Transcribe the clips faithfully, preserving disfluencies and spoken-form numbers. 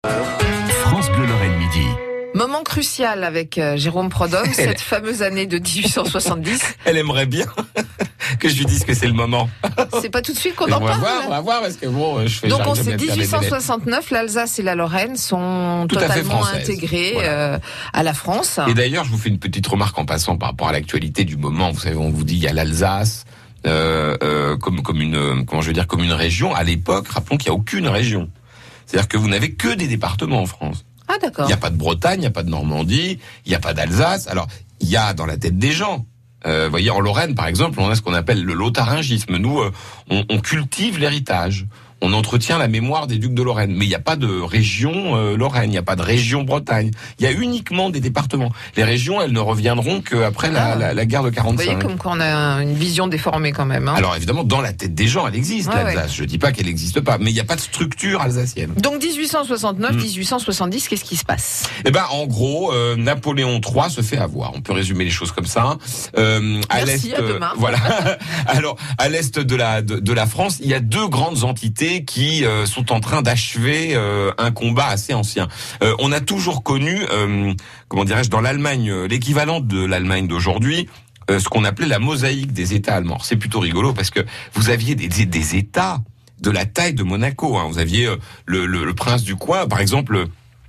France Bleu Lorraine midi. Moment crucial avec euh, Jérôme Prodhomme, cette fameuse année de dix-huit cent soixante-dix. Elle aimerait bien que je lui dise que c'est le moment. C'est pas tout de suite qu'on en on va parle. voir, on va voir, parce que bon, je fais Donc on j'arrive sait jamais à faire des dix-huit cent délais. soixante-neuf, l'Alsace et la Lorraine sont Tout à fait totalement françaises. intégrées Voilà. euh, à la France. Et d'ailleurs, je vous fais une petite remarque en passant par rapport à l'actualité du moment. Vous savez, on vous dit il y a l'Alsace euh, euh, comme comme une euh, comment je veux dire comme une région. À l'époque, rappelons qu'il y a aucune région. C'est-à-dire que vous n'avez que des départements en France. Ah d'accord. Il n'y a pas de Bretagne, il n'y a pas de Normandie, il n'y a pas d'Alsace. Alors, il y a dans la tête des gens. Euh, vous voyez, en Lorraine, par exemple, on a ce qu'on appelle le lotharingisme. Nous, euh, on, on cultive l'héritage. On entretient la mémoire des ducs de Lorraine. Mais il n'y a pas de région euh, Lorraine, il n'y a pas de région Bretagne. Il y a uniquement des départements. Les régions, elles ne reviendront qu'après la, Ah. la, la guerre de Vous quarante-cinq. voyez comme quoi on a une vision déformée quand même. Hein. Alors évidemment, dans la tête des gens, elle existe, Ouais, l'Alsace. ouais. Je dis pas qu'elle n'existe pas, mais il n'y a pas de structure alsacienne. Donc dix-huit cent soixante-neuf, Hmm. dix-huit cent soixante-dix, qu'est-ce qui se passe? Eh ben, en gros, euh, Napoléon trois se fait avoir. On peut résumer les choses comme ça. Euh, à Merci, l'est, à demain. euh, voilà. Alors, à l'est de la de, de la France, il y a deux grandes entités qui euh, sont en train d'achever euh, un combat assez ancien. Euh, on a toujours connu, euh, comment dirais-je, dans l'Allemagne, euh, l'équivalent de l'Allemagne d'aujourd'hui. Euh, ce qu'on appelait la mosaïque des États allemands. C'est plutôt rigolo parce que vous aviez des, des, des États de la taille de Monaco. Hein. Vous aviez euh, le, le, le prince du coin, par exemple.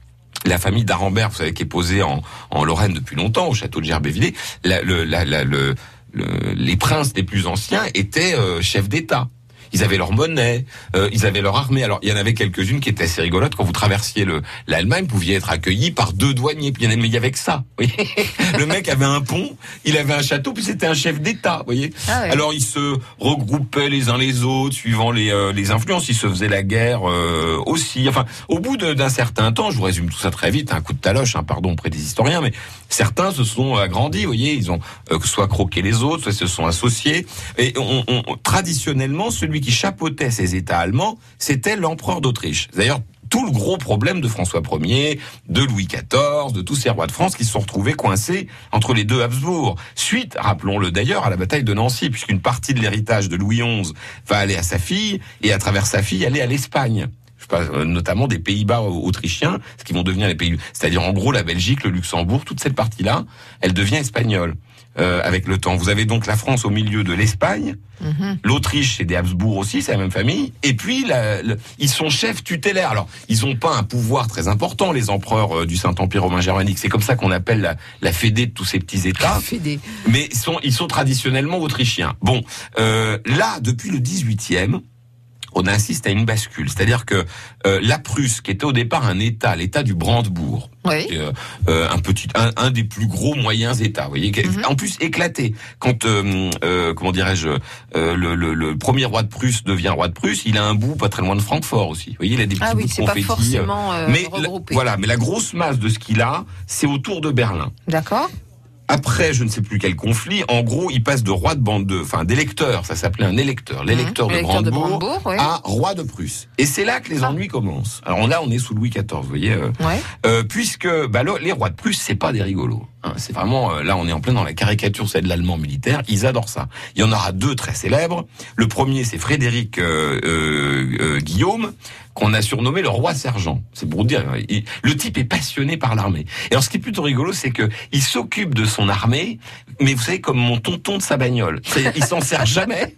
La famille d'Arambert, vous savez, qui est posée en, en Lorraine depuis longtemps, au château de Gerbévillers, la, le, la, la, le, le, les princes les plus anciens étaient euh, chefs d'État. Ils avaient leur monnaie, euh, ils avaient leur armée. Alors, il y en avait quelques-unes qui étaient assez rigolotes. Quand vous traversiez le l'Allemagne, vous pouviez être accueilli par deux douaniers. Puis il y en avait, mais il y avait que ça. Vous voyez, le mec avait un pont, il avait un château, puis c'était un chef d'État. Vous voyez. Ah ouais. Alors, ils se regroupaient les uns les autres, suivant les euh, les influences. Ils se faisaient la guerre euh, aussi. Enfin, au bout de- d'un certain temps, je vous résume tout ça très vite, un coup de taloche, hein, pardon, auprès des historiens, mais certains se sont agrandis. Vous voyez, ils ont euh, soit croqué les autres, soit se sont associés. Et on, on, traditionnellement, celui qui chapeautait ces États allemands, c'était l'empereur d'Autriche. D'ailleurs, tout le gros problème de François Ier, de Louis quatorze, de tous ces rois de France qui se sont retrouvés coincés entre les deux Habsbourg. Suite, rappelons-le d'ailleurs, à la bataille de Nancy, puisqu'une partie de l'héritage de Louis onze va aller à sa fille, et à travers sa fille, aller à l'Espagne. Je sais pas, euh, notamment des Pays-Bas autrichiens, ce qui vont devenir les pays, c'est-à-dire en gros la Belgique, le Luxembourg, toute cette partie-là, elle devient espagnole. Euh, avec le temps. Vous avez donc la France au milieu de l'Espagne, Mhm. l'Autriche, c'est des Habsbourg aussi, c'est la même famille, et puis la, le- ils sont chefs tutélaires. Alors, ils n'ont pas un pouvoir très important, les empereurs euh, du Saint-Empire romain germanique, c'est comme ça qu'on appelle la, la fédé de tous ces petits États, Fédé. mais ils sont, ils sont traditionnellement autrichiens. Bon, euh, là, depuis le dix-huitième, on assiste à une bascule, c'est-à-dire que euh, la Prusse, qui était au départ un État, l'État du Brandebourg, Oui. euh, euh, un petit, un, un des plus gros moyens États, vous voyez, Mhm. en plus éclaté. Quand, euh, euh, comment dirais-je, euh, le, le, le premier roi de Prusse devient roi de Prusse, il a un bout pas très loin de Francfort aussi. Vous voyez, il a des petits Ah bouts oui, de c'est pas confetti. forcément euh, mais la- regroupé. voilà, mais la grosse masse de ce qu'il a, c'est autour de Berlin. D'accord. Après, je ne sais plus quel conflit. En gros, il passe de roi de bande de, enfin, d'électeur. Ça s'appelait un électeur, l'électeur Mhm. de L'électeur de Brandebourg, Brandebourg, oui. à roi de Prusse. Et c'est là que les Ah. ennuis commencent. Alors là, on est sous Louis quatorze, vous voyez. euh, Ouais. euh, puisque bah, le- les rois de Prusse, c'est pas des rigolos. Hein, c'est vraiment euh, là, on est en plein dans la caricature, c'est de l'allemand militaire. Ils adorent ça. Il y en aura deux très célèbres. Le premier, c'est Frédéric euh, euh, euh, Guillaume, qu'on a surnommé le roi sergent. C'est pour dire, il- le type est passionné par l'armée. Et alors, ce qui est plutôt rigolo, c'est que il s'occupe de son armée, mais vous savez, comme mon tonton de sa bagnole. C'est- Il s'en sert jamais.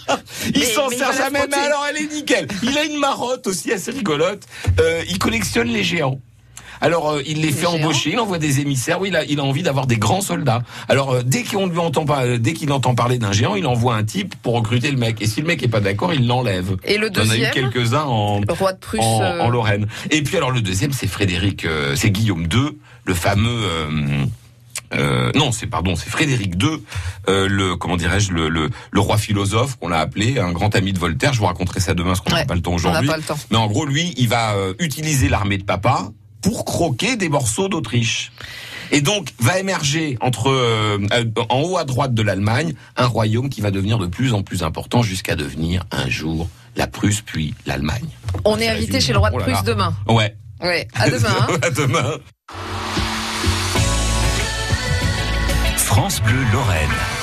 il Mais- s'en mais il sert va la jamais. Mais frotter. alors, elle est nickel. Il a une marotte aussi assez rigolote. Euh, il collectionne les géants. Alors, euh, il les, Les fait géants. embaucher, il envoie des émissaires. Oui, il a, il a envie d'avoir des grands soldats. Alors, euh, dès qu'on lui entend pas, euh, dès qu'il entend parler d'un géant, il envoie un type pour recruter le mec. Et si le mec est pas d'accord, il l'enlève. Et le Il y en a eu deuxième, quelques-uns en, le roi de Prusse. en, euh, en Lorraine. Et puis alors le deuxième, c'est Frédéric, euh, c'est Guillaume deux, le fameux. Euh, euh, non, c'est pardon, c'est Frédéric deux, euh, le comment dirais-je, le, le, le roi philosophe qu'on l'a appelé, un grand ami de Voltaire. Je vous raconterai ça demain, parce qu'on n'a Ouais, pas le temps on n'a aujourd'hui. pas le temps. Mais en gros, lui, il va euh, utiliser l'armée de papa pour croquer des morceaux d'Autriche. Et donc, va émerger entre euh, euh, en haut à droite de l'Allemagne, un royaume qui va devenir de plus en plus important jusqu'à devenir un jour la Prusse, puis l'Allemagne. On est Ça invité résume. chez le roi de Oh là Prusse là. demain. Ouais. Ouais. À demain. hein. à demain. France Bleu Lorraine.